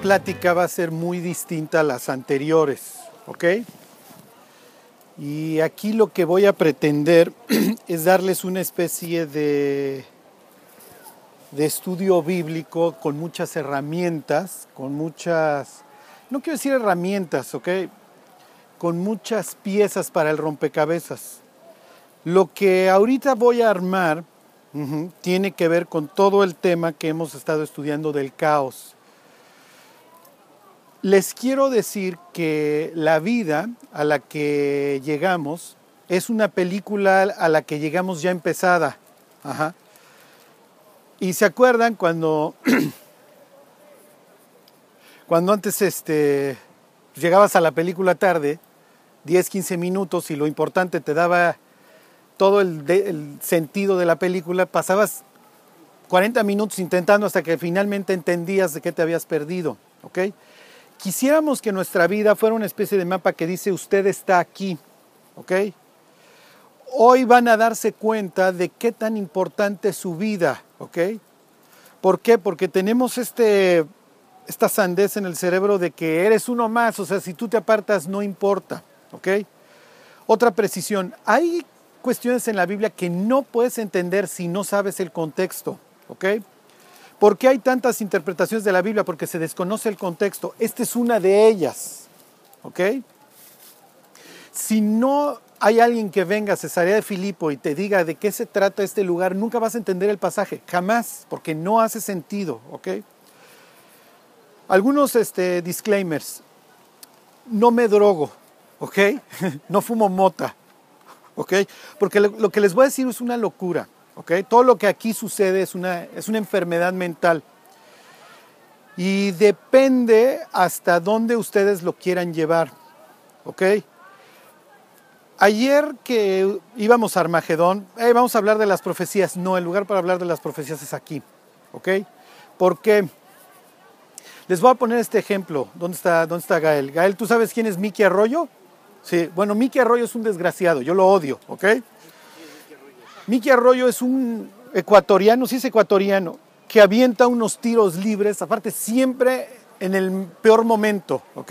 plática va a ser muy distinta a las anteriores, ¿ok? Y aquí lo que voy a pretender es darles una especie de estudio bíblico con muchas herramientas, no quiero decir herramientas, ¿ok? Con muchas piezas para el rompecabezas. Lo que ahorita voy a armar tiene que ver con todo el tema que hemos estado estudiando del caos. Les quiero decir que la vida a la que llegamos es una película a la que llegamos ya empezada. Y se acuerdan cuando antes llegabas a la película tarde, 10, 15 minutos, y lo importante te daba todo el sentido de la película, pasabas 40 minutos intentando hasta que finalmente entendías de qué te habías perdido, ¿ok? Quisiéramos que nuestra vida fuera una especie de mapa que dice usted está aquí, ¿ok? Hoy van a darse cuenta de qué tan importante es su vida, ¿ok? ¿Por qué? Porque tenemos esta sandez en el cerebro de que eres uno más, o sea, si tú te apartas no importa, ¿ok? Otra precisión, hay cuestiones en la Biblia que no puedes entender si no sabes el contexto, ¿ok? ¿Por qué hay tantas interpretaciones de la Biblia? Porque se desconoce el contexto. Esta es una de ellas, ¿ok? Si no hay alguien que venga a Cesarea de Filipo y te diga de qué se trata este lugar, nunca vas a entender el pasaje, jamás, porque no hace sentido, ¿ok? Algunos disclaimers. No me drogo, ¿ok? No fumo mota, ¿ok? Porque lo que les voy a decir es una locura, ¿ok? Todo lo que aquí sucede es una enfermedad mental. Y depende hasta dónde ustedes lo quieran llevar, ¿ok? Ayer que íbamos a Armagedón, vamos a hablar de las profecías. No, el lugar para hablar de las profecías es aquí, ¿ok? ¿Por qué? Les voy a poner este ejemplo. ¿Dónde está Gael? Gael, ¿tú sabes quién es Mickey Arroyo? Sí, bueno, Mickey Arroyo es un desgraciado, yo lo odio, ¿ok? Mickey Arroyo es un ecuatoriano, sí es ecuatoriano, que avienta unos tiros libres, aparte siempre en el peor momento, ¿ok?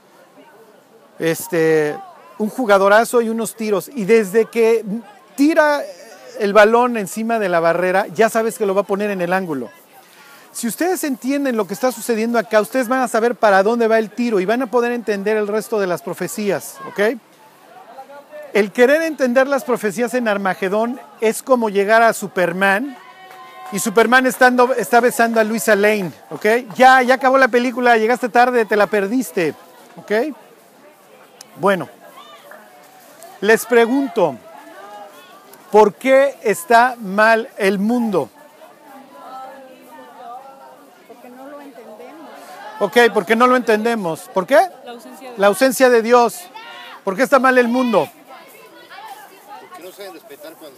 Un jugadorazo y unos tiros, y desde que tira el balón encima de la barrera, ya sabes que lo va a poner en el ángulo. Si ustedes entienden lo que está sucediendo acá, ustedes van a saber para dónde va el tiro y van a poder entender el resto de las profecías, ¿ok? El querer entender las profecías en Armagedón es como llegar a Superman y Superman está besando a Luisa Lane, ¿ok? Ya acabó la película, llegaste tarde, te la perdiste, ¿ok? Bueno, les pregunto, ¿por qué está mal el mundo? Ok, porque no lo entendemos. ¿Por qué? La ausencia de Dios. ¿Por qué está mal el mundo? Porque no saben respetar cuando...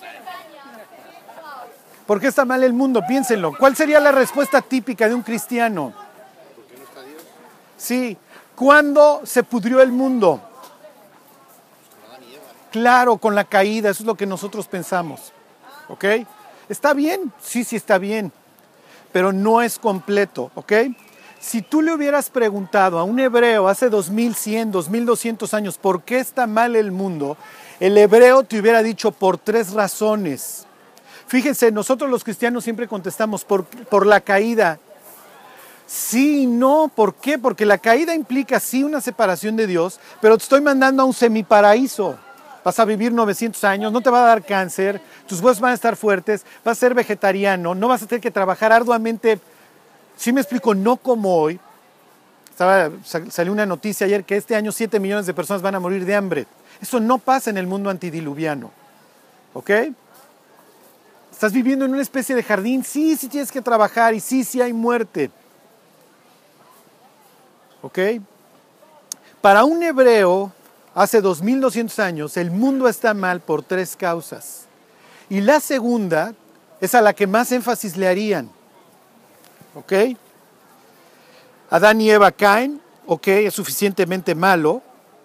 ¿Por qué está mal el mundo? Piénsenlo. ¿Cuál sería la respuesta típica de un cristiano? ¿Porque no está Dios? Sí. ¿Cuándo se pudrió el mundo? Con Adán y Eva. Claro, con la caída. Eso es lo que nosotros pensamos. ¿Ok? ¿Está bien? Sí, está bien. Pero no es completo. ¿Ok? Si tú le hubieras preguntado a un hebreo hace 2100, 2200 años por qué está mal el mundo, el hebreo te hubiera dicho por 3 razones. Fíjense, nosotros los cristianos siempre contestamos por la caída. Sí y no, ¿por qué? Porque la caída implica sí una separación de Dios, pero te estoy mandando a un semiparaíso. Vas a vivir 900 años, no te va a dar cáncer, tus huesos van a estar fuertes, vas a ser vegetariano, no vas a tener que trabajar arduamente. Sí me explico, no como hoy. Salió una noticia ayer que este año 7 millones de personas van a morir de hambre. Eso no pasa en el mundo antidiluviano. ¿Ok? Estás viviendo en una especie de jardín. Sí tienes que trabajar y sí hay muerte. ¿Ok? Para un hebreo, hace 2200 años, el mundo está mal por 3 causas. Y la segunda es a la que más énfasis le harían. ¿Ok? Adán y Eva caen, ¿ok? Es suficientemente malo,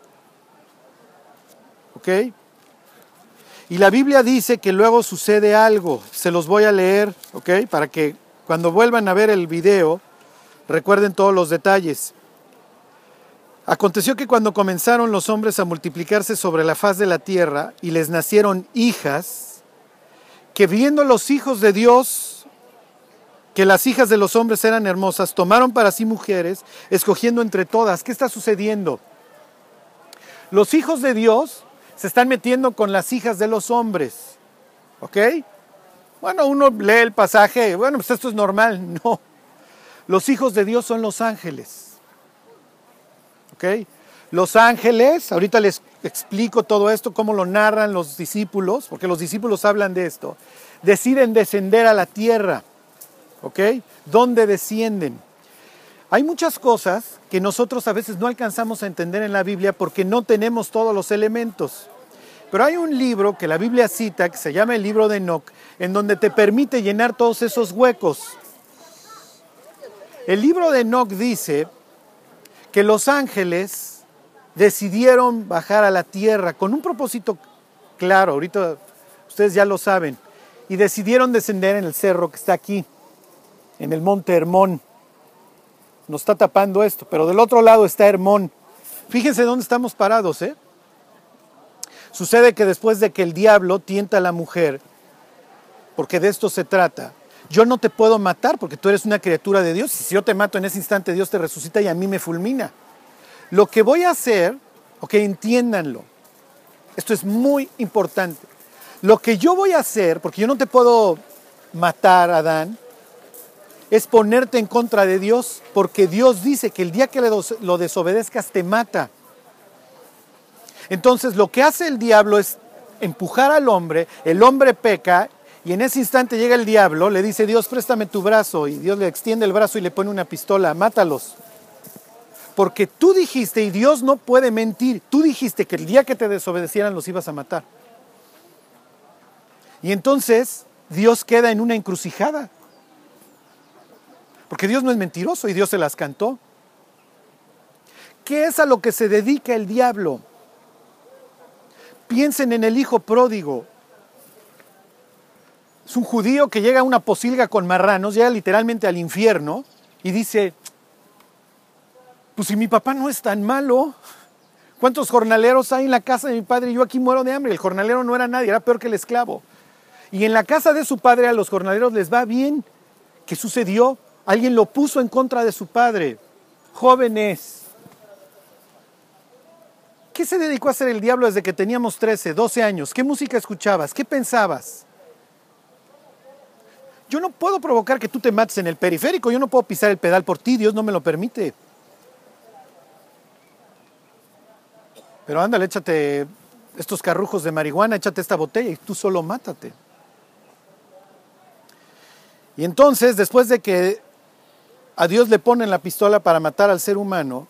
¿ok? Y la Biblia dice que luego sucede algo, se los voy a leer, ¿ok? Para que cuando vuelvan a ver el video Recuerden todos los detalles. Aconteció que cuando comenzaron los hombres a multiplicarse sobre la faz de la tierra y les nacieron hijas, que viendo los hijos de Dios, que las hijas de los hombres eran hermosas, tomaron para sí mujeres, escogiendo entre todas. ¿Qué está sucediendo? Los hijos de Dios se están metiendo con las hijas de los hombres. ¿Ok? Bueno, uno lee el pasaje, bueno, pues esto es normal. No. Los hijos de Dios son los ángeles. ¿Ok? Los ángeles, ahorita les explico todo esto, cómo lo narran los discípulos, porque los discípulos hablan de esto, deciden descender a la tierra. ¿Ok? ¿Dónde descienden? Hay muchas cosas que nosotros a veces no alcanzamos a entender en la Biblia porque no tenemos todos los elementos. Pero hay un libro que la Biblia cita, que se llama el libro de Enoc, en donde te permite llenar todos esos huecos. El libro de Enoc dice que los ángeles decidieron bajar a la tierra con un propósito claro, ahorita ustedes ya lo saben, y decidieron descender en el cerro que está aquí, en el monte Hermón. Nos está tapando esto, pero del otro lado está Hermón. Fíjense dónde estamos parados, ¿eh? Sucede que después de que el diablo tienta a la mujer, porque de esto se trata, yo no te puedo matar porque tú eres una criatura de Dios, y si yo te mato en ese instante Dios te resucita y a mí me fulmina. Lo que voy a hacer, ok, entiéndanlo, esto es muy importante, lo que yo voy a hacer, porque yo no te puedo matar, Adán, es ponerte en contra de Dios, porque Dios dice que el día que lo desobedezcas te mata. Entonces lo que hace el diablo es empujar al hombre, el hombre peca y en ese instante llega el diablo, le dice Dios préstame tu brazo y Dios le extiende el brazo y le pone una pistola, mátalos. Porque tú dijiste, y Dios no puede mentir, tú dijiste que el día que te desobedecieran los ibas a matar. Y entonces Dios queda en una encrucijada. Porque Dios no es mentiroso y Dios se las cantó. ¿Qué es a lo que se dedica el diablo? Piensen en el hijo pródigo. Es un judío que llega a una posilga con marranos, llega literalmente al infierno y dice, pues si mi papá no es tan malo, ¿cuántos jornaleros hay en la casa de mi padre y yo aquí muero de hambre? El jornalero no era nadie, era peor que el esclavo. Y en la casa de su padre a los jornaleros les va bien. ¿Qué sucedió? Alguien lo puso en contra de su padre. Jóvenes, ¿qué se dedicó a hacer el diablo desde que teníamos 13, 12 años? ¿Qué música escuchabas? ¿Qué pensabas? Yo no puedo provocar que tú te mates en el periférico, yo no puedo pisar el pedal por ti, Dios no me lo permite. Pero ándale, échate estos carrujos de marihuana, échate esta botella y tú solo mátate. Y entonces, después de que a Dios le ponen la pistola para matar al ser humano,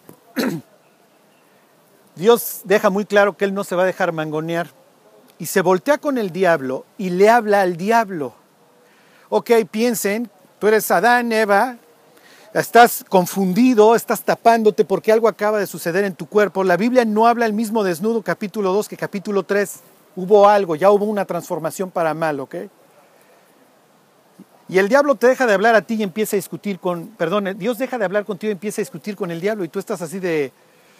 Dios deja muy claro que Él no se va a dejar mangonear. Y se voltea con el diablo y le habla al diablo. Ok, piensen, tú eres Adán, Eva, estás confundido, estás tapándote porque algo acaba de suceder en tu cuerpo. La Biblia no habla el mismo desnudo capítulo 2 que capítulo 3. Hubo algo, ya hubo una transformación para mal, ¿ok? Y el diablo te deja de hablar a ti y empieza a discutir Dios deja de hablar contigo y empieza a discutir con el diablo y tú estás así de...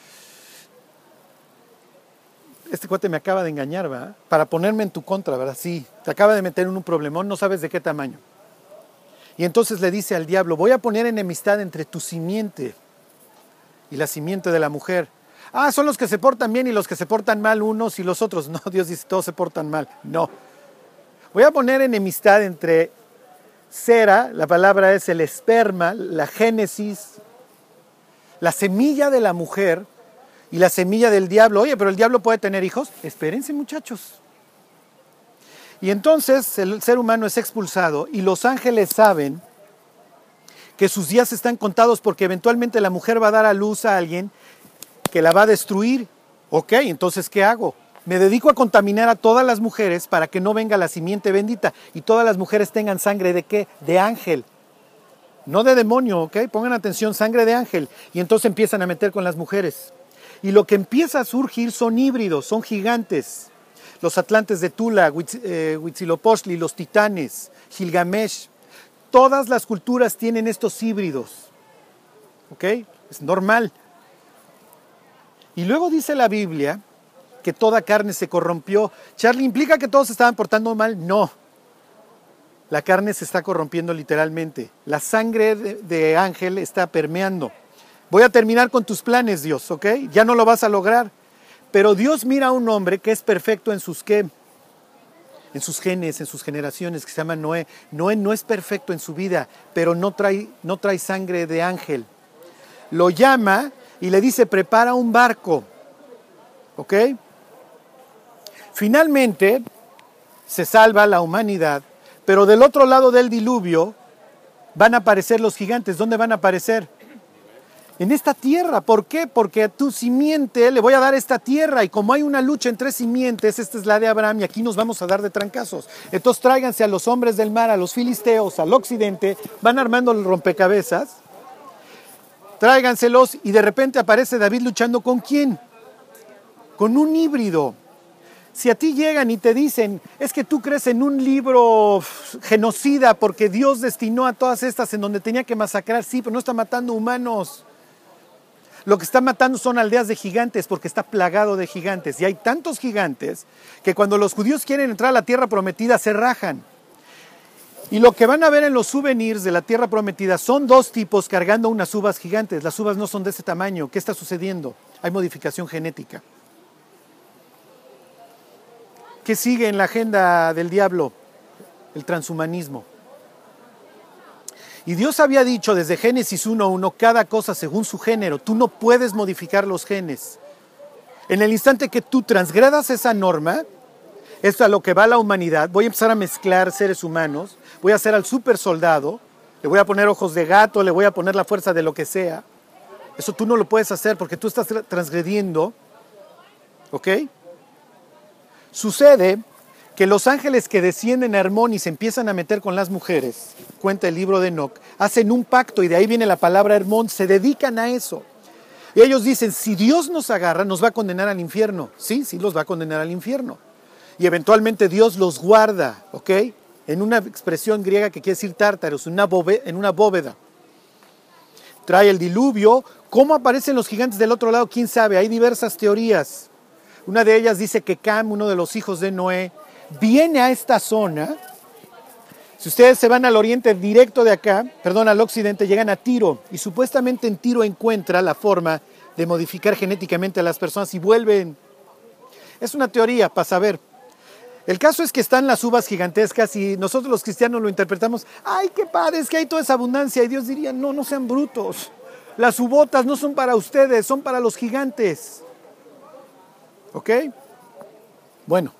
Este cuate me acaba de engañar, ¿verdad? Para ponerme en tu contra, ¿verdad? Sí, te acaba de meter en un problemón, no sabes de qué tamaño. Y entonces le dice al diablo, voy a poner enemistad entre tu simiente y la simiente de la mujer. Ah, son los que se portan bien y los que se portan mal unos y los otros. No, Dios dice, todos se portan mal. No. Voy a poner enemistad entre Sera, la palabra es el esperma, la génesis, la semilla de la mujer y la semilla del diablo. Oye, pero el diablo puede tener hijos. Espérense, muchachos. Y entonces el ser humano es expulsado y los ángeles saben que sus días están contados porque eventualmente la mujer va a dar a luz a alguien que la va a destruir. Ok, entonces ¿qué hago? Me dedico a contaminar a todas las mujeres para que no venga la simiente bendita y todas las mujeres tengan sangre ¿de qué? De ángel. No de demonio, ¿ok? Pongan atención, sangre de ángel. Y entonces empiezan a meter con las mujeres. Y lo que empieza a surgir son híbridos, son gigantes. Los atlantes de Tula, Huitzilopochtli, los titanes, Gilgamesh. Todas las culturas tienen estos híbridos. ¿ok? Es normal. Y luego dice la Biblia que toda carne se corrompió. Charlie, ¿implica que todos se estaban portando mal? No. La carne se está corrompiendo literalmente. La sangre de ángel está permeando. Voy a terminar con tus planes, Dios, ¿ok? Ya no lo vas a lograr. Pero Dios mira a un hombre que es perfecto en sus ¿qué? En sus genes, en sus generaciones, que se llama Noé. Noé no es perfecto en su vida, pero no trae sangre de ángel. Lo llama y le dice, prepara un barco. ¿Ok? Finalmente, se salva la humanidad, pero del otro lado del diluvio van a aparecer los gigantes. ¿Dónde van a aparecer? En esta tierra. ¿Por qué? Porque a tu simiente le voy a dar esta tierra, y como hay una lucha entre simientes, esta es la de Abraham, y aquí nos vamos a dar de trancazos. Entonces tráiganse a los hombres del mar, a los filisteos, al occidente, van armando el rompecabezas, tráiganselos, y de repente aparece David luchando ¿con quién? Con un híbrido. Si a ti llegan y te dicen, es que tú crees en un libro genocida porque Dios destinó a todas estas en donde tenía que masacrar, sí, pero no está matando humanos. Lo que está matando son aldeas de gigantes porque está plagado de gigantes. Y hay tantos gigantes que cuando los judíos quieren entrar a la tierra prometida se rajan. Y lo que van a ver en los souvenirs de la tierra prometida son dos tipos cargando unas uvas gigantes. Las uvas no son de ese tamaño. ¿Qué está sucediendo? Hay modificación genética. ¿Qué sigue en la agenda del diablo? El transhumanismo. Y Dios había dicho desde Génesis 1:1, cada cosa según su género. Tú no puedes modificar los genes. En el instante que tú transgredas esa norma, esto es a lo que va la humanidad, voy a empezar a mezclar seres humanos, voy a hacer al super soldado, le voy a poner ojos de gato, le voy a poner la fuerza de lo que sea. Eso tú no lo puedes hacer porque tú estás transgrediendo, ¿ok? Sucede que los ángeles que descienden a Hermón y se empiezan a meter con las mujeres, cuenta el libro de Enoc, hacen un pacto, y de ahí viene la palabra Hermón, se dedican a eso. Y ellos dicen, si Dios nos agarra, nos va a condenar al infierno. Sí, sí los va a condenar al infierno. Y eventualmente Dios los guarda, ¿ok? En una expresión griega que quiere decir tártaros, en una bóveda. Trae el diluvio. ¿Cómo aparecen los gigantes del otro lado? ¿Quién sabe? Hay diversas teorías. Una de ellas dice que Cam, uno de los hijos de Noé, viene a esta zona. Si ustedes se van al oriente directo de acá, al occidente, llegan a Tiro, y supuestamente en Tiro encuentra la forma de modificar genéticamente a las personas y vuelven. Es una teoría para saber. El caso es que están las uvas gigantescas y nosotros los cristianos lo interpretamos, ¡ay, qué padre! Es que hay toda esa abundancia, y Dios diría, no, no sean brutos. Las uvotas no son para ustedes, son para los gigantes. ¿Ok? Bueno.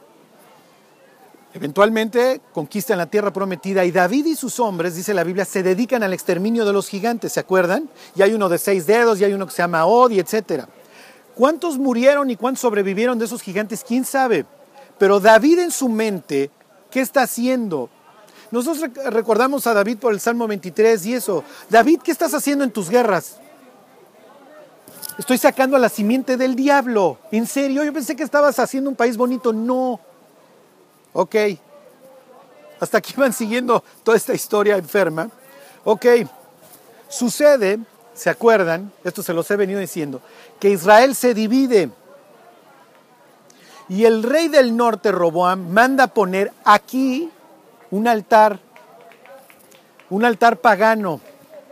Eventualmente conquistan la tierra prometida y David y sus hombres, dice la Biblia, se dedican al exterminio de los gigantes, ¿se acuerdan? Y hay uno de 6 dedos, y hay uno que se llama Odi, etc. ¿Cuántos murieron y cuántos sobrevivieron de esos gigantes? ¿Quién sabe? Pero David en su mente, ¿qué está haciendo? Nosotros recordamos a David por el Salmo 23 y eso. David, ¿qué estás haciendo en tus guerras? Estoy sacando a la simiente del diablo. ¿En serio? Yo pensé que estabas haciendo un país bonito. No. Ok, hasta aquí van siguiendo toda esta historia enferma. Ok, sucede, ¿se acuerdan? Esto se los he venido diciendo, que Israel se divide. Y el rey del norte, Roboam, manda poner aquí un altar pagano.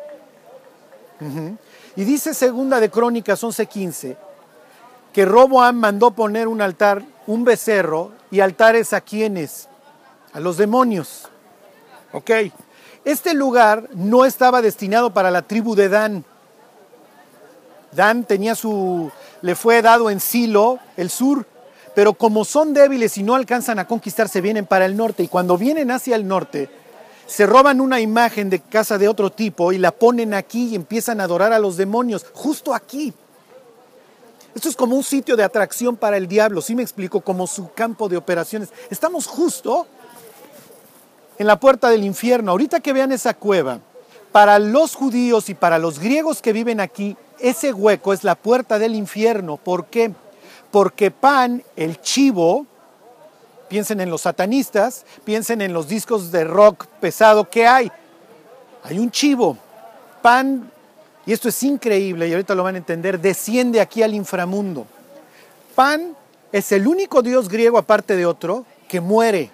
Y dice segunda de Crónicas 11:15, que Roboam mandó poner un altar, un becerro, y altares ¿a quiénes? A los demonios. Ok. Este lugar no estaba destinado para la tribu de Dan. Dan le fue dado en Silo, el sur, pero como son débiles y no alcanzan a conquistar, se vienen para el norte, y cuando vienen hacia el norte, se roban una imagen de casa de otro tipo y la ponen aquí y empiezan a adorar a los demonios, justo aquí. Esto es como un sitio de atracción para el diablo, ¿sí me explico? Como su campo de operaciones. Estamos justo en la puerta del infierno. Ahorita que vean esa cueva, para los judíos y para los griegos que viven aquí, ese hueco es la puerta del infierno. ¿Por qué? Porque Pan, el chivo, piensen en los satanistas, piensen en los discos de rock pesado que hay. Hay un chivo. Pan y esto es increíble y ahorita lo van a entender, desciende aquí al inframundo. Pan es el único dios griego, aparte de otro, que muere.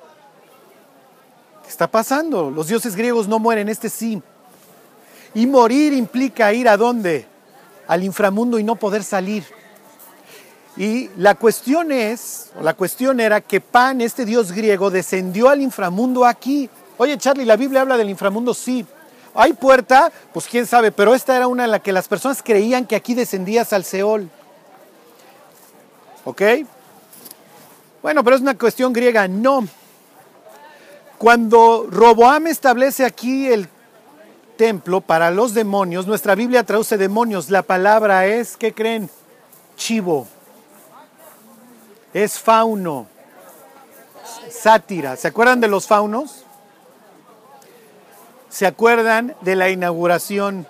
¿Qué está pasando? Los dioses griegos no mueren, este sí. Y morir implica ir ¿a dónde? Al inframundo y no poder salir. Y la cuestión era que Pan, este dios griego, descendió al inframundo aquí. Oye, Charlie, ¿la Biblia habla del inframundo? Sí. ¿Hay puerta? Pues quién sabe, pero esta era una en la que las personas creían que aquí descendías al Seol. ¿Ok? Bueno, pero es una cuestión griega. No. Cuando Roboam establece aquí el templo para los demonios, nuestra Biblia traduce demonios. La palabra es, ¿qué creen? Chivo. Es fauno. Sátira. ¿Se acuerdan de los faunos? ¿Se acuerdan de la inauguración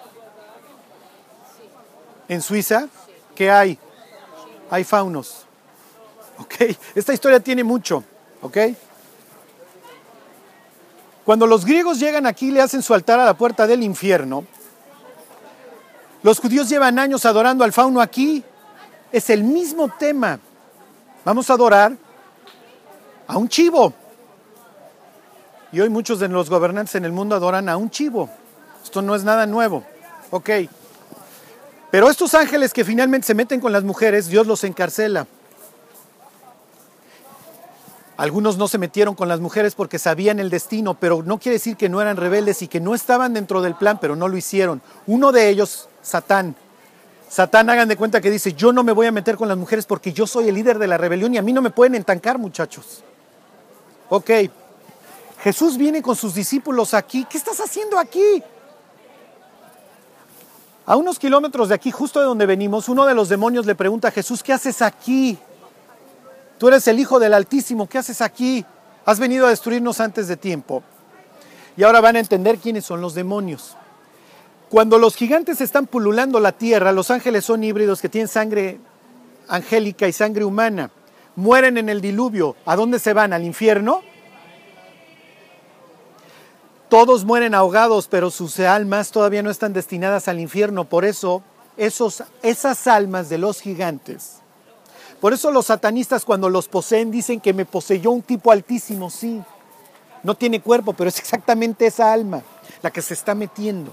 en Suiza? ¿Qué hay? Hay faunos. ¿Ok? Esta historia tiene mucho. ¿Ok? Cuando los griegos llegan aquí y le hacen su altar a la puerta del infierno, los judíos llevan años adorando al fauno aquí. Es el mismo tema. Vamos a adorar a un chivo. Y hoy muchos de los gobernantes en el mundo adoran a un chivo. Esto no es nada nuevo. Ok. Pero estos ángeles que finalmente se meten con las mujeres, Dios los encarcela. Algunos no se metieron con las mujeres porque sabían el destino, pero no quiere decir que no eran rebeldes y que no estaban dentro del plan, pero no lo hicieron. Uno de ellos, Satán. Satán, hagan de cuenta que dice, yo no me voy a meter con las mujeres porque yo soy el líder de la rebelión y a mí no me pueden entancar, muchachos. Ok. Jesús viene con sus discípulos aquí. ¿Qué estás haciendo aquí? A unos kilómetros de aquí, justo de donde venimos, uno de los demonios le pregunta a Jesús, ¿qué haces aquí? Tú eres el Hijo del Altísimo, ¿qué haces aquí? Has venido a destruirnos antes de tiempo. Y ahora van a entender quiénes son los demonios. Cuando los gigantes están pululando la tierra, los ángeles son híbridos que tienen sangre angélica y sangre humana. Mueren en el diluvio. ¿A dónde se van? ¿Al infierno? Todos mueren ahogados, pero sus almas todavía no están destinadas al infierno. Por eso, esas almas de los gigantes. Por eso los satanistas cuando los poseen dicen que me poseyó un tipo altísimo. Sí, no tiene cuerpo, pero es exactamente esa alma la que se está metiendo.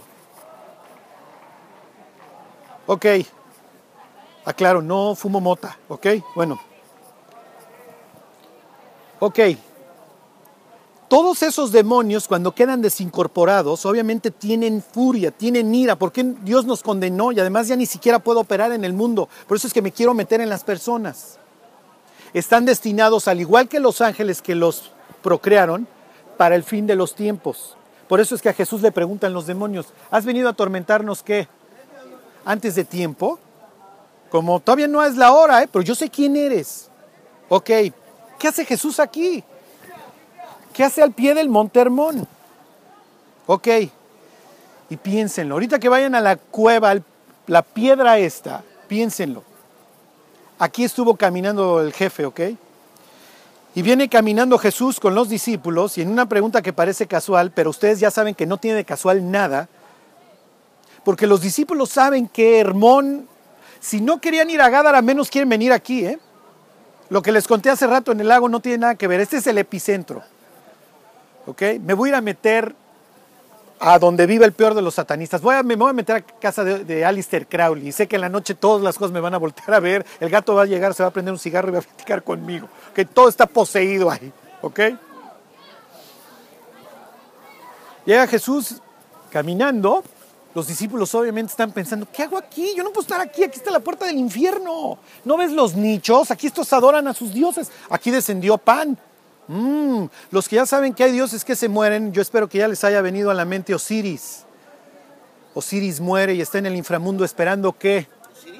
Ok, aclaro, no fumo mota, ok, bueno. Ok, todos esos demonios cuando quedan desincorporados obviamente tienen furia, tienen ira, porque Dios nos condenó y además ya ni siquiera puedo operar en el mundo, por eso es que me quiero meter en las personas. Están destinados, al igual que los ángeles que los procrearon, para el fin de los tiempos. Por eso es que a Jesús le preguntan los demonios, ¿has venido a atormentarnos qué? Antes de tiempo, como todavía no es la hora, pero yo sé quién eres. Ok, ¿qué hace Jesús aquí? ¿Qué hace al pie del Monte Hermón? Ok, y piénsenlo. Ahorita que vayan a la cueva, la piedra esta, piénsenlo. Aquí estuvo caminando el jefe, ok. Y viene caminando Jesús con los discípulos y en una pregunta que parece casual, pero ustedes ya saben que no tiene de casual nada, porque los discípulos saben que Hermón, si no querían ir a Gádara, menos quieren venir aquí, ¿eh? Lo que les conté hace rato en el lago no tiene nada que ver, este es el epicentro. ¿Ok? Me voy a ir a meter a donde vive el peor de los satanistas. Me voy a meter a casa de Aleister Crowley y sé que en la noche todas las cosas me van a voltear a ver, el gato va a llegar, se va a prender un cigarro y va a platicar conmigo. Que todo está poseído ahí. ¿Ok? Llega Jesús caminando. Los discípulos obviamente están pensando, ¿qué hago aquí? Yo no puedo estar aquí, aquí está la puerta del infierno. ¿No ves los nichos? Aquí estos adoran a sus dioses. Aquí descendió Pan. Los que ya saben que hay dioses que se mueren, yo espero que ya les haya venido a la mente Osiris. Osiris muere y está en el inframundo esperando que... ¿Osiris?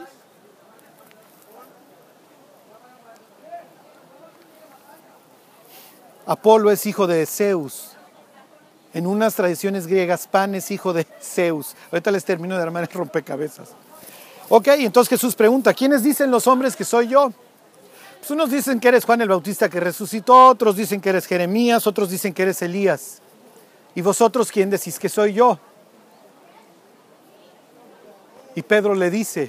Apolo es hijo de Zeus. En unas tradiciones griegas, Pan es hijo de Zeus. Ahorita les termino de armar el rompecabezas. Ok, entonces Jesús pregunta, ¿quiénes dicen los hombres que soy yo? Pues unos dicen que eres Juan el Bautista que resucitó, otros dicen que eres Jeremías, otros dicen que eres Elías. ¿Y vosotros quién decís que soy yo? Y Pedro le dice,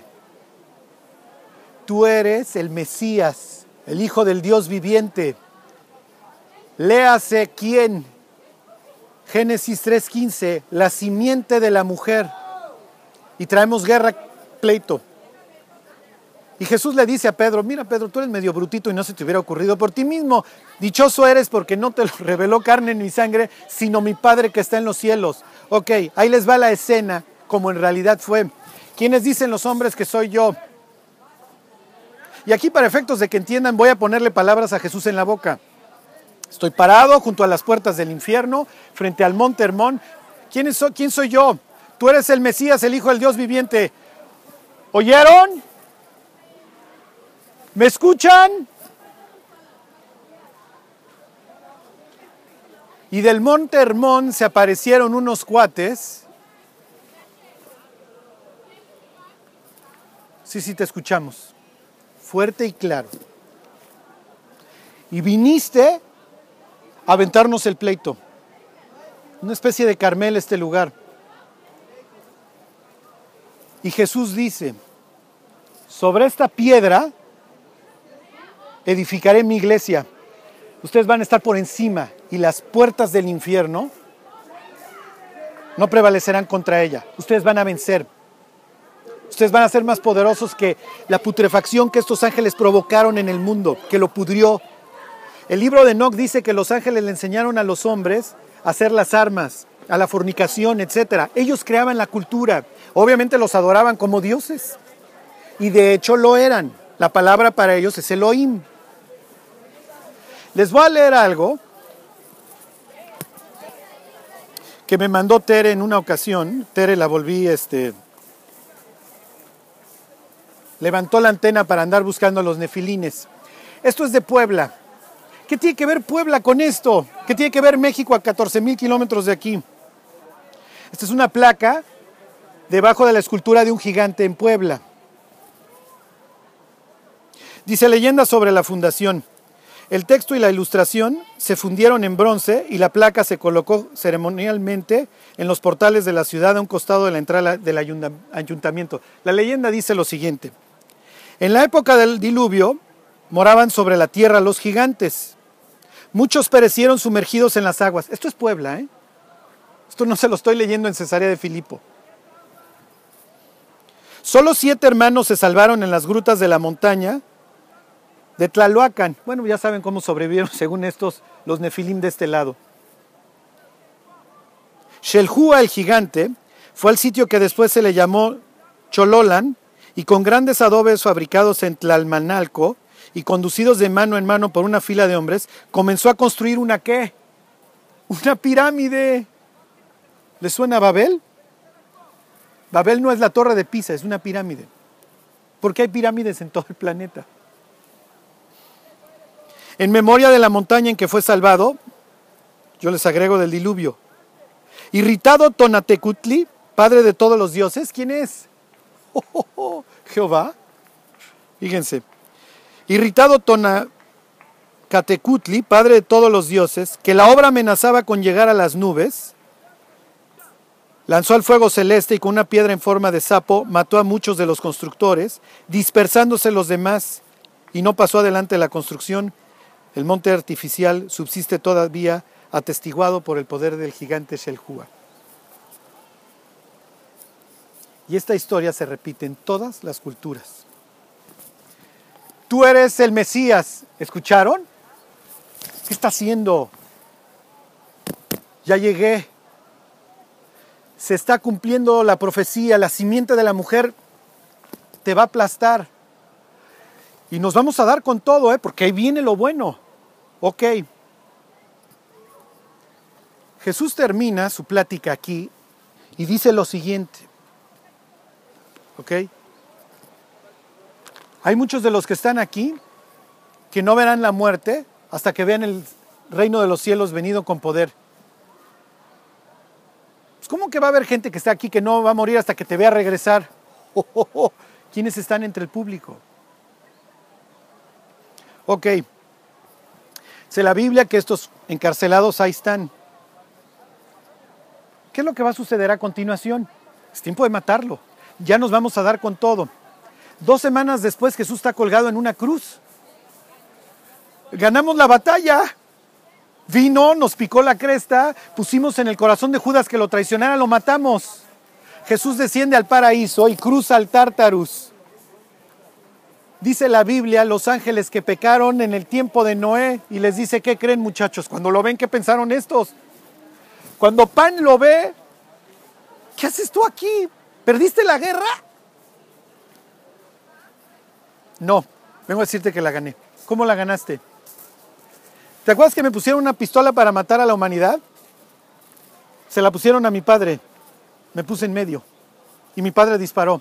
tú eres el Mesías, el Hijo del Dios viviente. Léase quién. Génesis 3:15, la simiente de la mujer. Y traemos guerra, pleito. Y Jesús le dice a Pedro, mira Pedro, tú eres medio brutito y no se te hubiera ocurrido por ti mismo. Dichoso eres porque no te lo reveló carne ni sangre, sino mi Padre que está en los cielos. Ok, ahí les va la escena como en realidad fue. ¿Quiénes dicen los hombres que soy yo? Y aquí para efectos de que entiendan voy a ponerle palabras a Jesús en la boca. Estoy parado junto a las puertas del infierno, frente al monte Hermón. ¿Quién soy yo? Tú eres el Mesías, el Hijo del Dios viviente. ¿Oyeron? ¿Me escuchan? Y del monte Hermón se aparecieron unos cuates. Sí, te escuchamos. Fuerte y claro. Y viniste a aventarnos el pleito. Una especie de Carmel este lugar. Y Jesús dice, sobre esta piedra edificaré mi iglesia. Ustedes van a estar por encima y las puertas del infierno no prevalecerán contra ella. Ustedes van a vencer. Ustedes van a ser más poderosos que la putrefacción que estos ángeles provocaron en el mundo, que lo pudrió. El libro de Enoc dice que los ángeles le enseñaron a los hombres a hacer las armas, a la fornicación, etc. Ellos creaban la cultura. Obviamente los adoraban como dioses. Y de hecho lo eran. La palabra para ellos es Elohim. Les voy a leer algo que me mandó Tere en una ocasión. Tere la volví, levantó la antena para andar buscando a los nefilines. Esto es de Puebla. ¿Qué tiene que ver Puebla con esto? ¿Qué tiene que ver México a 14,000 kilómetros de aquí? Esta es una placa debajo de la escultura de un gigante en Puebla. Dice leyenda sobre la fundación. El texto y la ilustración se fundieron en bronce y la placa se colocó ceremonialmente en los portales de la ciudad a un costado de la entrada del ayuntamiento. La leyenda dice lo siguiente. En la época del diluvio moraban sobre la tierra los gigantes. Muchos perecieron sumergidos en las aguas. Esto es Puebla, ¿eh? Esto no se lo estoy leyendo en Cesarea de Filipo. Solo 7 hermanos se salvaron en las grutas de la montaña de Tlaloacan. Bueno, ya saben cómo sobrevivieron según estos los nefilim de este lado. Shelhua el gigante fue al sitio que después se le llamó Chololan y con grandes adobes fabricados en Tlalmanalco y conducidos de mano en mano por una fila de hombres, comenzó a construir una ¿qué? Una pirámide. ¿Les suena a Babel? Babel no es la torre de Pisa, es una pirámide. Porque hay pirámides en todo el planeta. En memoria de la montaña en que fue salvado, yo les agrego del diluvio. Irritado Tonatecutli, padre de todos los dioses, ¿quién es? Jehová. Fíjense. Irritado Tonacatecutli, padre de todos los dioses, que la obra amenazaba con llegar a las nubes, lanzó al fuego celeste y con una piedra en forma de sapo mató a muchos de los constructores, dispersándose los demás, y no pasó adelante la construcción. El monte artificial subsiste todavía, atestiguado por el poder del gigante Shelhua. Y esta historia se repite en todas las culturas. Tú eres el Mesías. ¿Escucharon? ¿Qué está haciendo? Ya llegué. Se está cumpliendo la profecía. La simiente de la mujer te va a aplastar. Y nos vamos a dar con todo, porque ahí viene lo bueno. Ok. Jesús termina su plática aquí y dice lo siguiente. Ok. Hay muchos de los que están aquí que no verán la muerte hasta que vean el reino de los cielos venido con poder. Pues ¿cómo que va a haber gente que está aquí que no va a morir hasta que te vea regresar? ¿Quiénes están entre el público? Ok. Dice la Biblia que estos encarcelados ahí están. ¿Qué es lo que va a suceder a continuación? Es tiempo de matarlo. ya nos vamos a dar con todo. 2 semanas después Jesús está colgado en una cruz. Ganamos la batalla. Vino, nos picó la cresta, pusimos en el corazón de Judas que lo traicionara, lo matamos. Jesús desciende al paraíso y cruza al Tártarus. Dice la Biblia, los ángeles que pecaron en el tiempo de Noé, y les dice, ¿qué creen, muchachos? Cuando lo ven, ¿qué pensaron estos? Cuando Pan lo ve, ¿qué haces tú aquí? ¿Perdiste la guerra? No, vengo a decirte que la gané. ¿Cómo la ganaste? ¿Te acuerdas que me pusieron una pistola para matar a la humanidad? Se la pusieron a mi padre. Me puse en medio. Y mi padre disparó.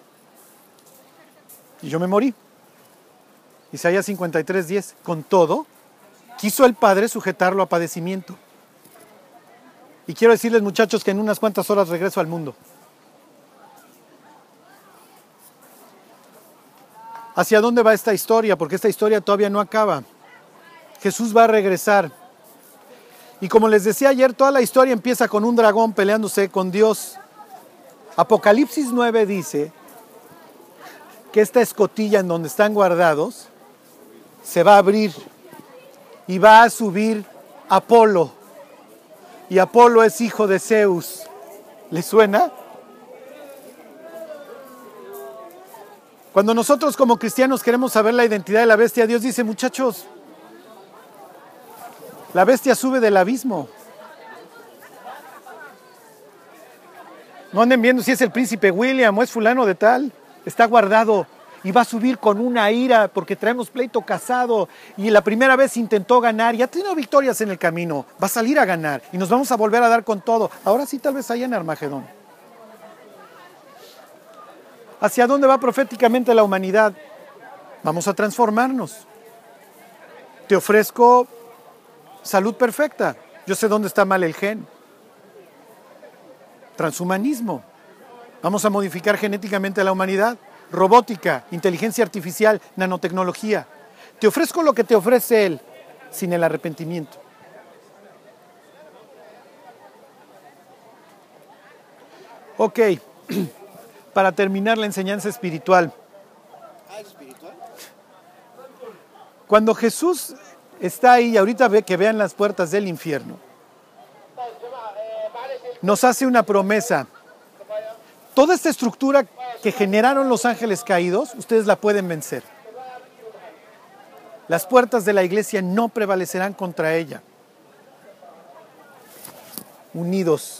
Y yo me morí. Isaías 53:10. Con todo, quiso el Padre sujetarlo a padecimiento. Y quiero decirles, muchachos, que en unas cuantas horas regreso al mundo. ¿Hacia dónde va esta historia? Porque esta historia todavía no acaba. Jesús va a regresar. Y como les decía ayer, toda la historia empieza con un dragón peleándose con Dios. Apocalipsis 9 dice que esta escotilla en donde están guardados se va a abrir y va a subir Apolo. Y Apolo es hijo de Zeus. ¿Le suena? Cuando nosotros como cristianos queremos saber la identidad de la bestia, Dios dice, muchachos, la bestia sube del abismo. No anden viendo si es el príncipe William o es fulano de tal. Está guardado y va a subir con una ira porque traemos pleito casado. Y la primera vez intentó ganar y ha tenido victorias en el camino. Va a salir a ganar y nos vamos a volver a dar con todo. Ahora sí, tal vez allá en Armagedón. ¿Hacia dónde va proféticamente la humanidad? Vamos a transformarnos. Te ofrezco salud perfecta. Yo sé dónde está mal el gen. Transhumanismo. Vamos a modificar genéticamente a la humanidad. Robótica, inteligencia artificial, nanotecnología. Te ofrezco lo que te ofrece Él, sin el arrepentimiento. Ok, para terminar la enseñanza espiritual. ¿Espiritual? Cuando Jesús está ahí, ahorita ve que vean las puertas del infierno, nos hace una promesa. Toda esta estructura que generaron los ángeles caídos, ustedes la pueden vencer. Las puertas de la iglesia no prevalecerán contra ella. Unidos.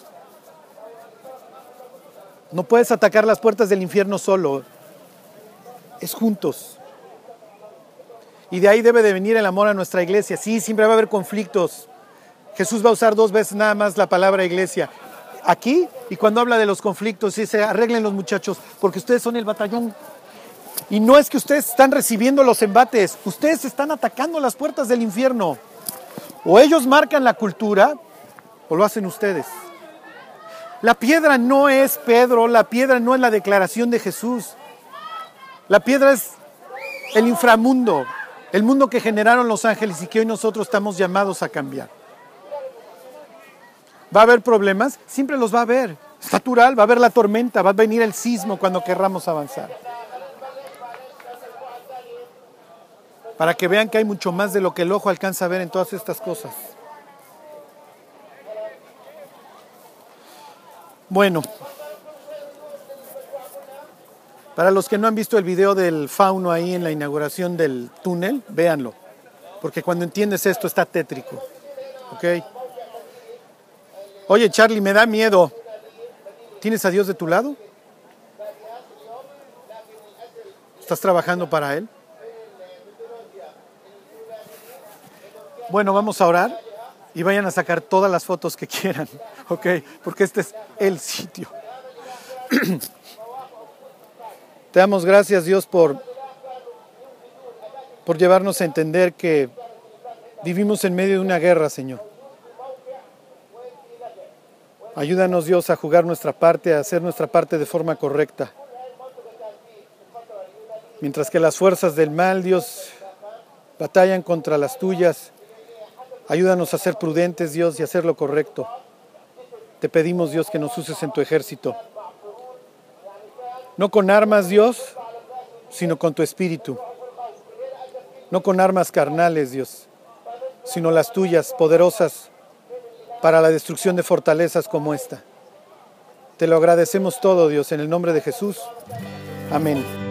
No puedes atacar las puertas del infierno solo. Es juntos. Y de ahí debe de venir el amor a nuestra iglesia. Sí, siempre va a haber conflictos. Jesús va a usar 2 veces nada más la palabra iglesia. Aquí, y cuando habla de los conflictos, dice, arreglen los muchachos, porque ustedes son el batallón. Y no es que ustedes están recibiendo los embates, ustedes están atacando las puertas del infierno. O ellos marcan la cultura, o lo hacen ustedes. La piedra no es Pedro, la piedra no es la declaración de Jesús. La piedra es el inframundo, el mundo que generaron los ángeles y que hoy nosotros estamos llamados a cambiar. ¿Va a haber problemas? Siempre los va a haber. Es natural, va a haber la tormenta, va a venir el sismo cuando querramos avanzar. Para que vean que hay mucho más de lo que el ojo alcanza a ver en todas estas cosas. Bueno, para los que no han visto el video del fauno ahí en la inauguración del túnel, véanlo. Porque cuando entiendes esto está tétrico. ¿Ok? Oye, Charlie, me da miedo. ¿Tienes a Dios de tu lado? ¿Estás trabajando para Él? Bueno, vamos a orar y vayan a sacar todas las fotos que quieran, ¿ok? Porque este es el sitio. Te damos gracias, Dios, por llevarnos a entender que vivimos en medio de una guerra, Señor. Ayúdanos, Dios, a jugar nuestra parte, a hacer nuestra parte de forma correcta. Mientras que las fuerzas del mal, Dios, batallan contra las tuyas, ayúdanos a ser prudentes, Dios, y a hacer lo correcto. Te pedimos, Dios, que nos uses en tu ejército. No con armas, Dios, sino con tu espíritu. No con armas carnales, Dios, sino las tuyas, poderosas para la destrucción de fortalezas como esta. Te lo agradecemos todo, Dios, en el nombre de Jesús. Amén.